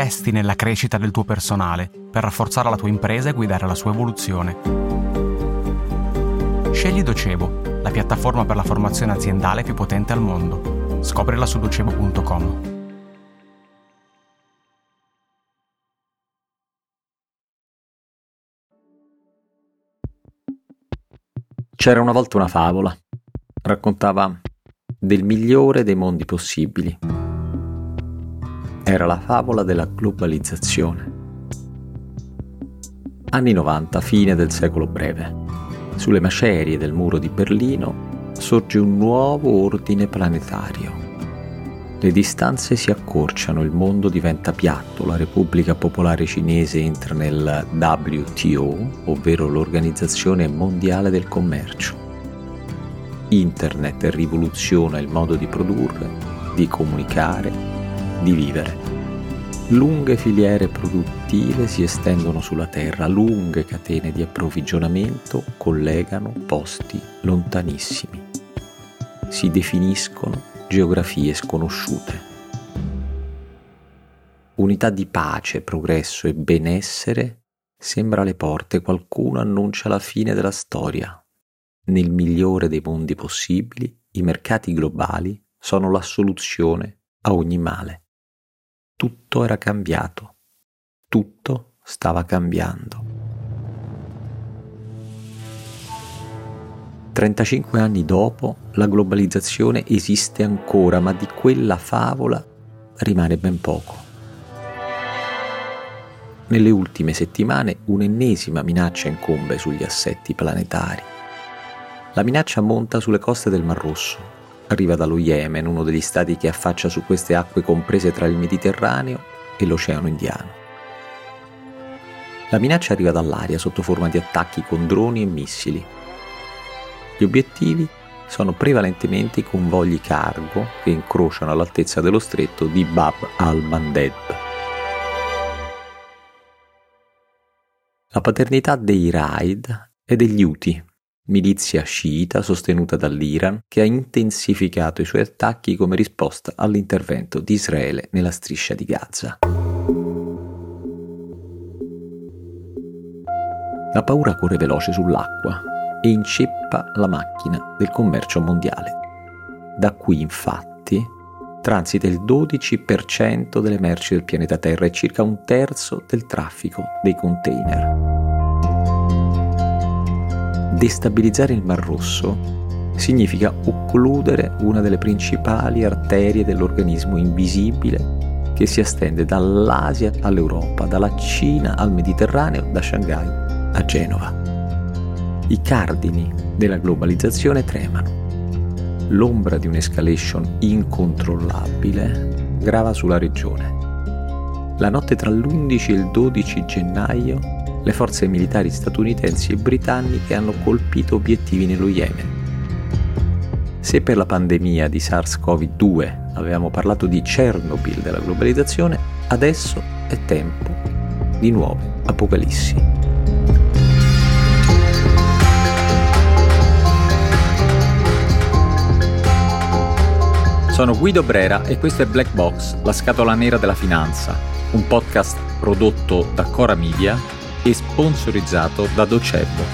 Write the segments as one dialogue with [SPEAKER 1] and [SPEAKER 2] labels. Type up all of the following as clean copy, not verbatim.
[SPEAKER 1] investi nella crescita del tuo personale per rafforzare la tua impresa e guidare la sua evoluzione. Scegli Docebo, la piattaforma per la formazione aziendale più potente al mondo. Scoprila su docebo.com.
[SPEAKER 2] C'era una volta una favola. Raccontava del migliore dei mondi possibili. Era la favola della globalizzazione. Anni 90, fine del secolo breve. Sulle macerie del muro di Berlino sorge un nuovo ordine planetario. Le distanze si accorciano, il mondo diventa piatto, la Repubblica Popolare Cinese entra nel WTO, ovvero l'Organizzazione Mondiale del Commercio. Internet rivoluziona il modo di produrre, di comunicare, di vivere. Lunghe filiere produttive si estendono sulla Terra, lunghe catene di approvvigionamento collegano posti lontanissimi. Si definiscono geografie sconosciute. Unità di pace, progresso e benessere sembra alle porte, qualcuno annuncia la fine della storia. Nel migliore dei mondi possibili, i mercati globali sono la soluzione a ogni male. Tutto era cambiato, tutto stava cambiando. 35 anni dopo, la globalizzazione esiste ancora, ma di quella favola rimane ben poco. Nelle ultime settimane un'ennesima minaccia incombe sugli assetti planetari. La minaccia monta sulle coste del Mar Rosso. Arriva dallo Yemen, uno degli stati che affaccia su queste acque comprese tra il Mediterraneo e l'Oceano Indiano. La minaccia arriva dall'aria sotto forma di attacchi con droni e missili. Gli obiettivi sono prevalentemente i convogli cargo che incrociano all'altezza dello stretto di Bab al-Mandeb. La paternità dei raid è degli Houthi, milizia sciita sostenuta dall'Iran che ha intensificato i suoi attacchi come risposta all'intervento di Israele nella striscia di Gaza. La paura corre veloce sull'acqua e inceppa la macchina del commercio mondiale. Da qui, infatti, transita il 12% delle merci del pianeta Terra e circa un terzo del traffico dei container. Destabilizzare il Mar Rosso significa occludere una delle principali arterie dell'organismo invisibile che si estende dall'Asia all'Europa, dalla Cina al Mediterraneo, da Shanghai a Genova. I cardini della globalizzazione tremano. L'ombra di un'escalation incontrollabile grava sulla regione. La notte tra l'11 e il 12 gennaio le forze militari statunitensi e britanniche hanno colpito obiettivi nello Yemen. Se per la pandemia di SARS-CoV-2 avevamo parlato di Chernobyl della globalizzazione, adesso è tempo di nuove apocalissi. Sono Guido Brera e questo è Black Box, la scatola nera della finanza, un podcast prodotto da Cora Media e sponsorizzato da Docebo.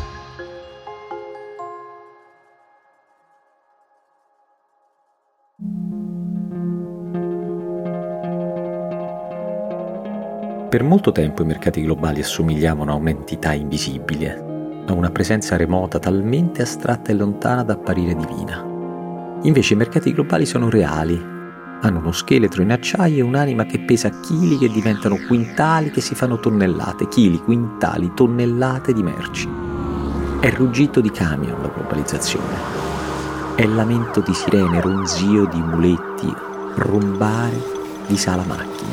[SPEAKER 2] Per molto tempo i mercati globali assomigliavano a un'entità invisibile, a una presenza remota talmente astratta e lontana da apparire divina. Invece i mercati globali sono reali, hanno uno scheletro in acciaio e un'anima che pesa chili che diventano quintali che si fanno tonnellate, chili, quintali, tonnellate di merci. È ruggito di camion la globalizzazione, è lamento di sirene, ronzio di muletti, rombare di salamacchine.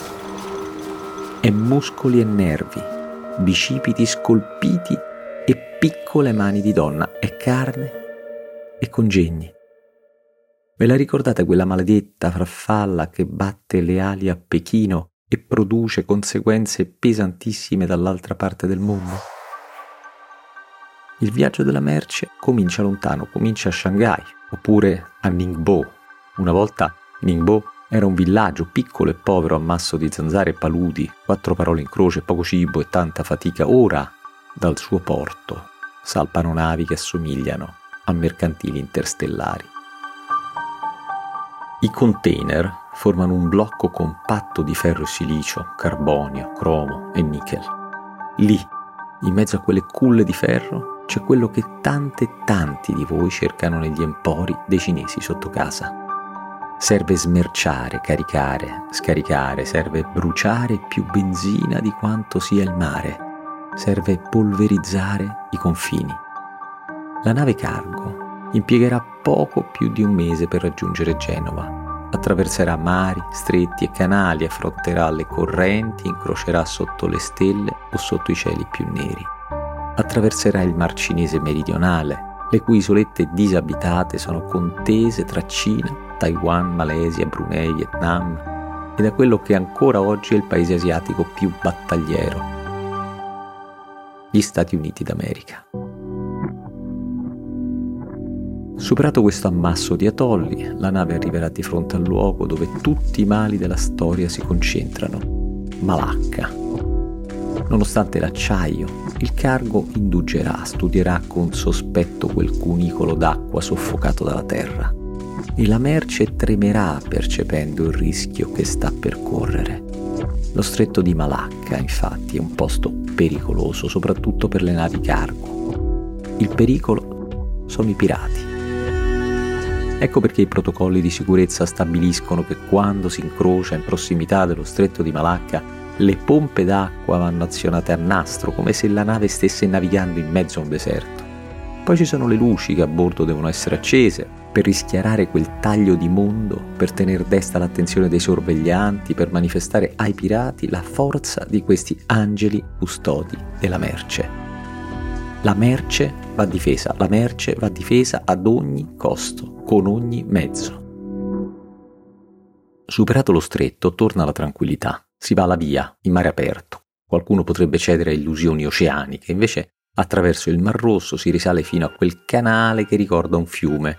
[SPEAKER 2] È muscoli e nervi, bicipiti scolpiti e piccole mani di donna, è carne e congegni. Ve la ricordate quella maledetta farfalla che batte le ali a Pechino e produce conseguenze pesantissime dall'altra parte del mondo? Il viaggio della merce comincia lontano, comincia a Shanghai oppure a Ningbo. Una volta Ningbo Era un villaggio piccolo e povero, ammasso di zanzare e paludi, 4 parole in croce, poco cibo e tanta fatica. Ora, dal suo porto, salpano navi che assomigliano a mercantili interstellari. I container formano un blocco compatto di ferro e silicio, carbonio, cromo e nickel. Lì, in mezzo a quelle culle di ferro, c'è quello che tante e tanti di voi cercano negli empori dei cinesi sotto casa. Serve smerciare, caricare, scaricare, serve bruciare più benzina di quanto sia il mare, serve polverizzare i confini. La nave cargo impiegherà poco più di un mese per raggiungere Genova, attraverserà mari, stretti e canali, affronterà le correnti, incrocerà sotto le stelle o sotto i cieli più neri. Attraverserà il Mar Cinese meridionale, le cui isolette disabitate sono contese tra Cina, Taiwan, Malesia, Brunei, Vietnam e da quello che ancora oggi è il paese asiatico più battagliero, gli Stati Uniti d'America. Superato questo ammasso di atolli, la nave arriverà di fronte al luogo dove tutti i mali della storia si concentrano, Malacca. Nonostante l'acciaio, il cargo induggerà, studierà con sospetto quel cunicolo d'acqua soffocato dalla terra e la merce tremerà percependo il rischio che sta per correre. Lo stretto di Malacca, infatti, è un posto pericoloso, soprattutto per le navi cargo. Il pericolo sono i pirati. Ecco perché i protocolli di sicurezza stabiliscono che quando si incrocia in prossimità dello stretto di Malacca le pompe d'acqua vanno azionate a nastro, come se la nave stesse navigando in mezzo a un deserto. Poi ci sono le luci che a bordo devono essere accese per rischiarare quel taglio di mondo, per tenere desta l'attenzione dei sorveglianti, per manifestare ai pirati la forza di questi angeli custodi della merce. La merce va difesa ad ogni costo, con ogni mezzo. Superato lo stretto, torna la tranquillità. Si va alla via, in mare aperto. Qualcuno potrebbe cedere a illusioni oceaniche, invece attraverso il Mar Rosso si risale fino a quel canale che ricorda un fiume.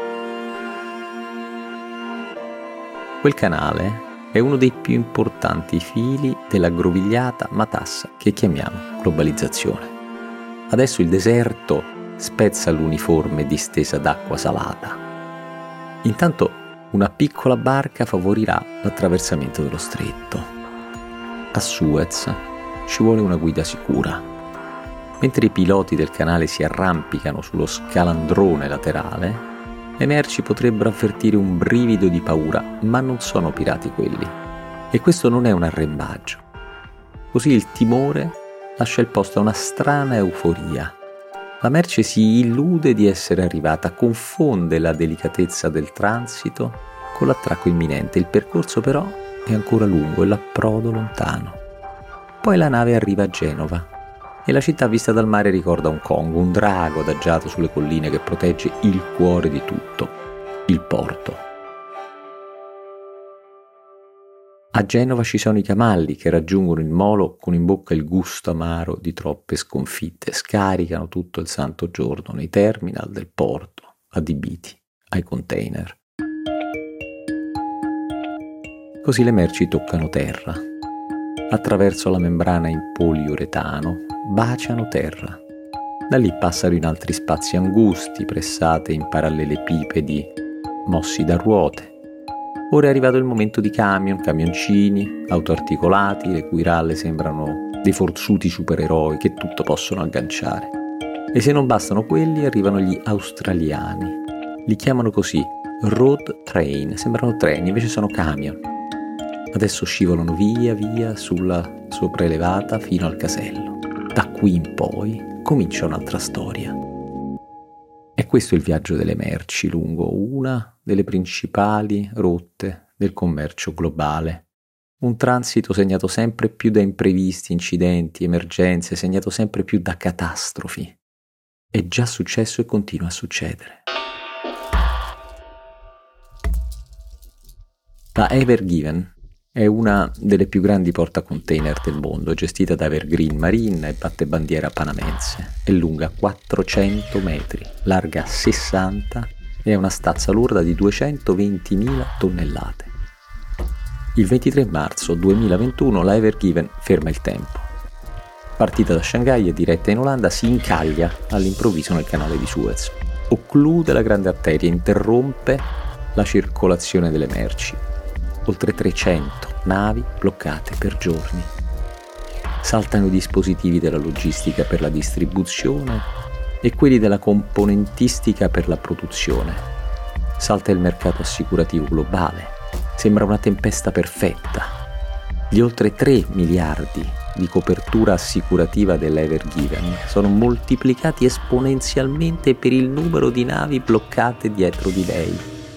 [SPEAKER 2] Quel canale è uno dei più importanti fili dell'aggrovigliata matassa che chiamiamo globalizzazione. Adesso il deserto spezza l'uniforme distesa d'acqua salata. Intanto una piccola barca favorirà l'attraversamento dello stretto. A Suez ci vuole una guida sicura. Mentre i piloti del canale si arrampicano sullo scalandrone laterale, le merci potrebbero avvertire un brivido di paura, ma non sono pirati quelli. E questo non è un arrembaggio. Così il timore lascia il posto a una strana euforia. La merce si illude di essere arrivata, confonde la delicatezza del transito con l'attracco imminente. Il percorso però è ancora lungo e l'approdo lontano. Poi la nave arriva a Genova e la città vista dal mare ricorda Hong Kong, un drago adagiato sulle colline che protegge il cuore di tutto, il porto. A Genova ci sono i camalli che raggiungono il molo con in bocca il gusto amaro di troppe sconfitte, scaricano tutto il santo giorno nei terminal del porto, adibiti ai container. Così le merci toccano terra. Attraverso la membrana in poliuretano baciano terra. Da lì passano in altri spazi angusti, pressate in parallelepipedi, mossi da ruote. Ora è arrivato il momento di camion, camioncini, auto articolati, le cui ralle sembrano dei forzuti supereroi che tutto possono agganciare. E se non bastano quelli, arrivano gli australiani. Li chiamano così, road train, sembrano treni, invece sono camion. Adesso scivolano via sulla sopraelevata fino al casello. Da qui in poi comincia un'altra storia. È questo il viaggio delle merci lungo una delle principali rotte del commercio globale. Un transito segnato sempre più da imprevisti, incidenti, emergenze, segnato sempre più da catastrofi. È già successo e continua a succedere. La Ever Given è una delle più grandi portacontainer del mondo, gestita da Evergreen Marine e batte bandiera panamense. È lunga 400 metri, larga 60 e ha una stazza lorda di 220.000 tonnellate. Il 23 marzo 2021 la Ever Given ferma il tempo. Partita da Shanghai e diretta in Olanda, si incaglia all'improvviso nel canale di Suez. Occlude la grande arteria, interrompe la circolazione delle merci. Oltre 300 navi bloccate per giorni. Saltano i dispositivi della logistica per la distribuzione e quelli della componentistica per la produzione. Salta il mercato assicurativo globale. Sembra una tempesta perfetta. Gli oltre 3 miliardi di copertura assicurativa dell'Ever Given sono moltiplicati esponenzialmente per il numero di navi bloccate dietro di lei.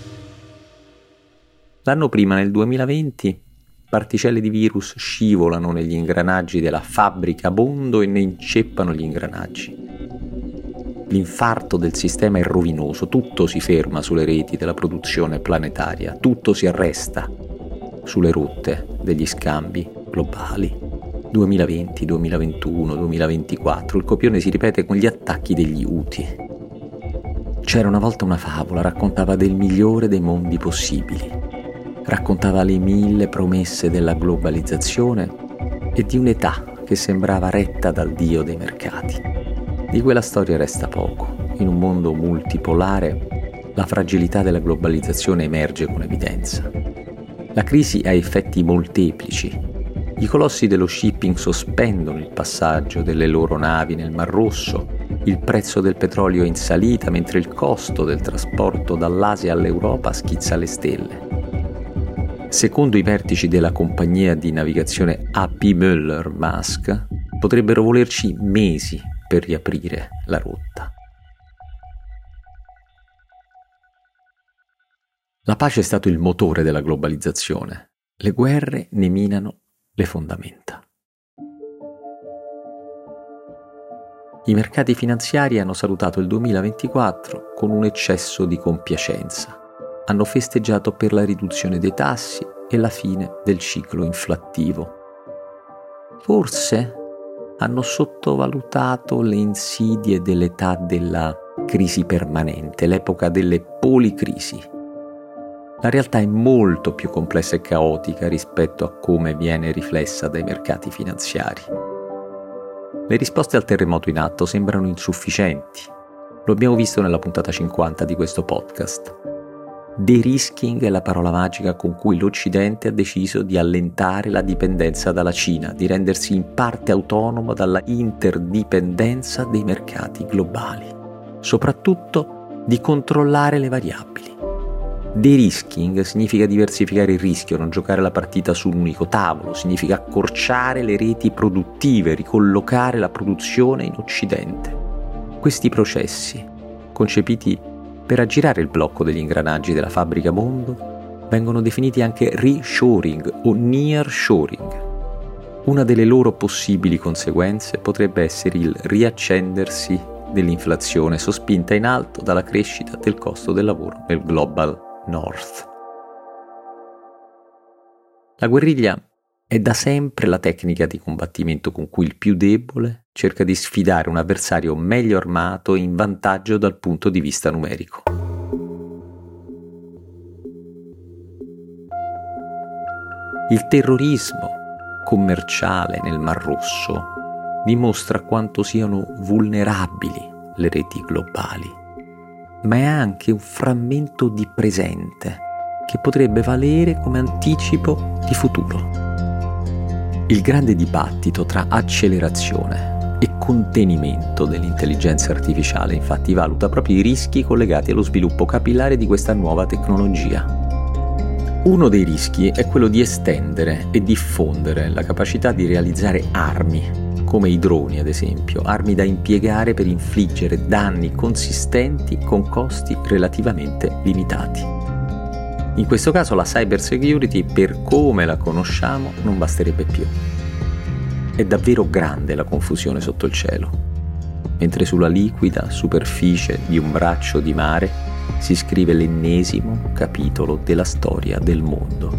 [SPEAKER 2] L'anno prima, nel 2020, particelle di virus scivolano negli ingranaggi della fabbrica Bondo e ne inceppano gli ingranaggi. L'infarto del sistema è rovinoso, tutto si ferma sulle reti della produzione planetaria, tutto si arresta sulle rotte degli scambi globali. 2020, 2021, 2024, il copione si ripete con gli attacchi degli Houthi. C'era una volta una favola, raccontava del migliore dei mondi possibili. Raccontava le 1000 promesse della globalizzazione e di un'età che sembrava retta dal dio dei mercati. Di quella storia resta poco. In un mondo multipolare, la fragilità della globalizzazione emerge con evidenza. La crisi ha effetti molteplici. I colossi dello shipping sospendono il passaggio delle loro navi nel Mar Rosso, il prezzo del petrolio è in salita mentre il costo del trasporto dall'Asia all'Europa schizza alle stelle. Secondo i vertici della compagnia di navigazione A.P. Møller-Mærsk, potrebbero volerci mesi per riaprire la rotta. La pace è stato il motore della globalizzazione. Le guerre ne minano le fondamenta. I mercati finanziari hanno salutato il 2024 con un eccesso di compiacenza. Hanno festeggiato per la riduzione dei tassi e la fine del ciclo inflattivo. Forse hanno sottovalutato le insidie dell'età della crisi permanente, l'epoca delle policrisi. La realtà è molto più complessa e caotica rispetto a come viene riflessa dai mercati finanziari. Le risposte al terremoto in atto sembrano insufficienti. Lo abbiamo visto nella puntata 50 di questo podcast. De-risking è la parola magica con cui l'Occidente ha deciso di allentare la dipendenza dalla Cina, di rendersi in parte autonomo dalla interdipendenza dei mercati globali, soprattutto di controllare le variabili. De-risking significa diversificare il rischio, non giocare la partita su un unico tavolo, significa accorciare le reti produttive, ricollocare la produzione in Occidente. Questi processi, concepiti per aggirare il blocco degli ingranaggi della fabbrica Bondo, vengono definiti anche reshoring o nearshoring. Una delle loro possibili conseguenze potrebbe essere il riaccendersi dell'inflazione sospinta in alto dalla crescita del costo del lavoro nel Global North. La guerriglia è da sempre la tecnica di combattimento con cui il più debole cerca di sfidare un avversario meglio armato e in vantaggio dal punto di vista numerico. Il terrorismo commerciale nel Mar Rosso dimostra quanto siano vulnerabili le reti globali, ma è anche un frammento di presente che potrebbe valere come anticipo di futuro. Il grande dibattito tra accelerazione e contenimento dell'intelligenza artificiale infatti valuta proprio i rischi collegati allo sviluppo capillare di questa nuova tecnologia. Uno dei rischi è quello di estendere e diffondere la capacità di realizzare armi, come i droni ad esempio, armi da impiegare per infliggere danni consistenti con costi relativamente limitati. In questo caso la cybersecurity, per come la conosciamo, non basterebbe più. È davvero grande la confusione sotto il cielo, mentre sulla liquida superficie di un braccio di mare si scrive l'ennesimo capitolo della storia del mondo.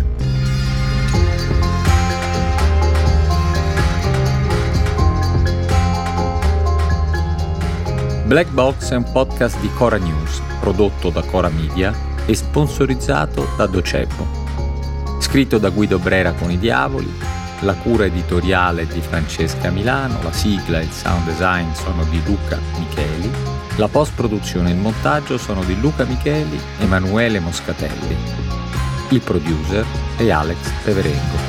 [SPEAKER 2] Black Box è un podcast di Cora News, prodotto da Cora Media e sponsorizzato da Docebo. Scritto da Guido Brera con i Diavoli, la cura editoriale di Francesca Milano, la sigla e il sound design sono di Luca Micheli, la post-produzione e il montaggio sono di Luca Micheli e Emanuele Moscatelli. Il producer è Alex Peverengo.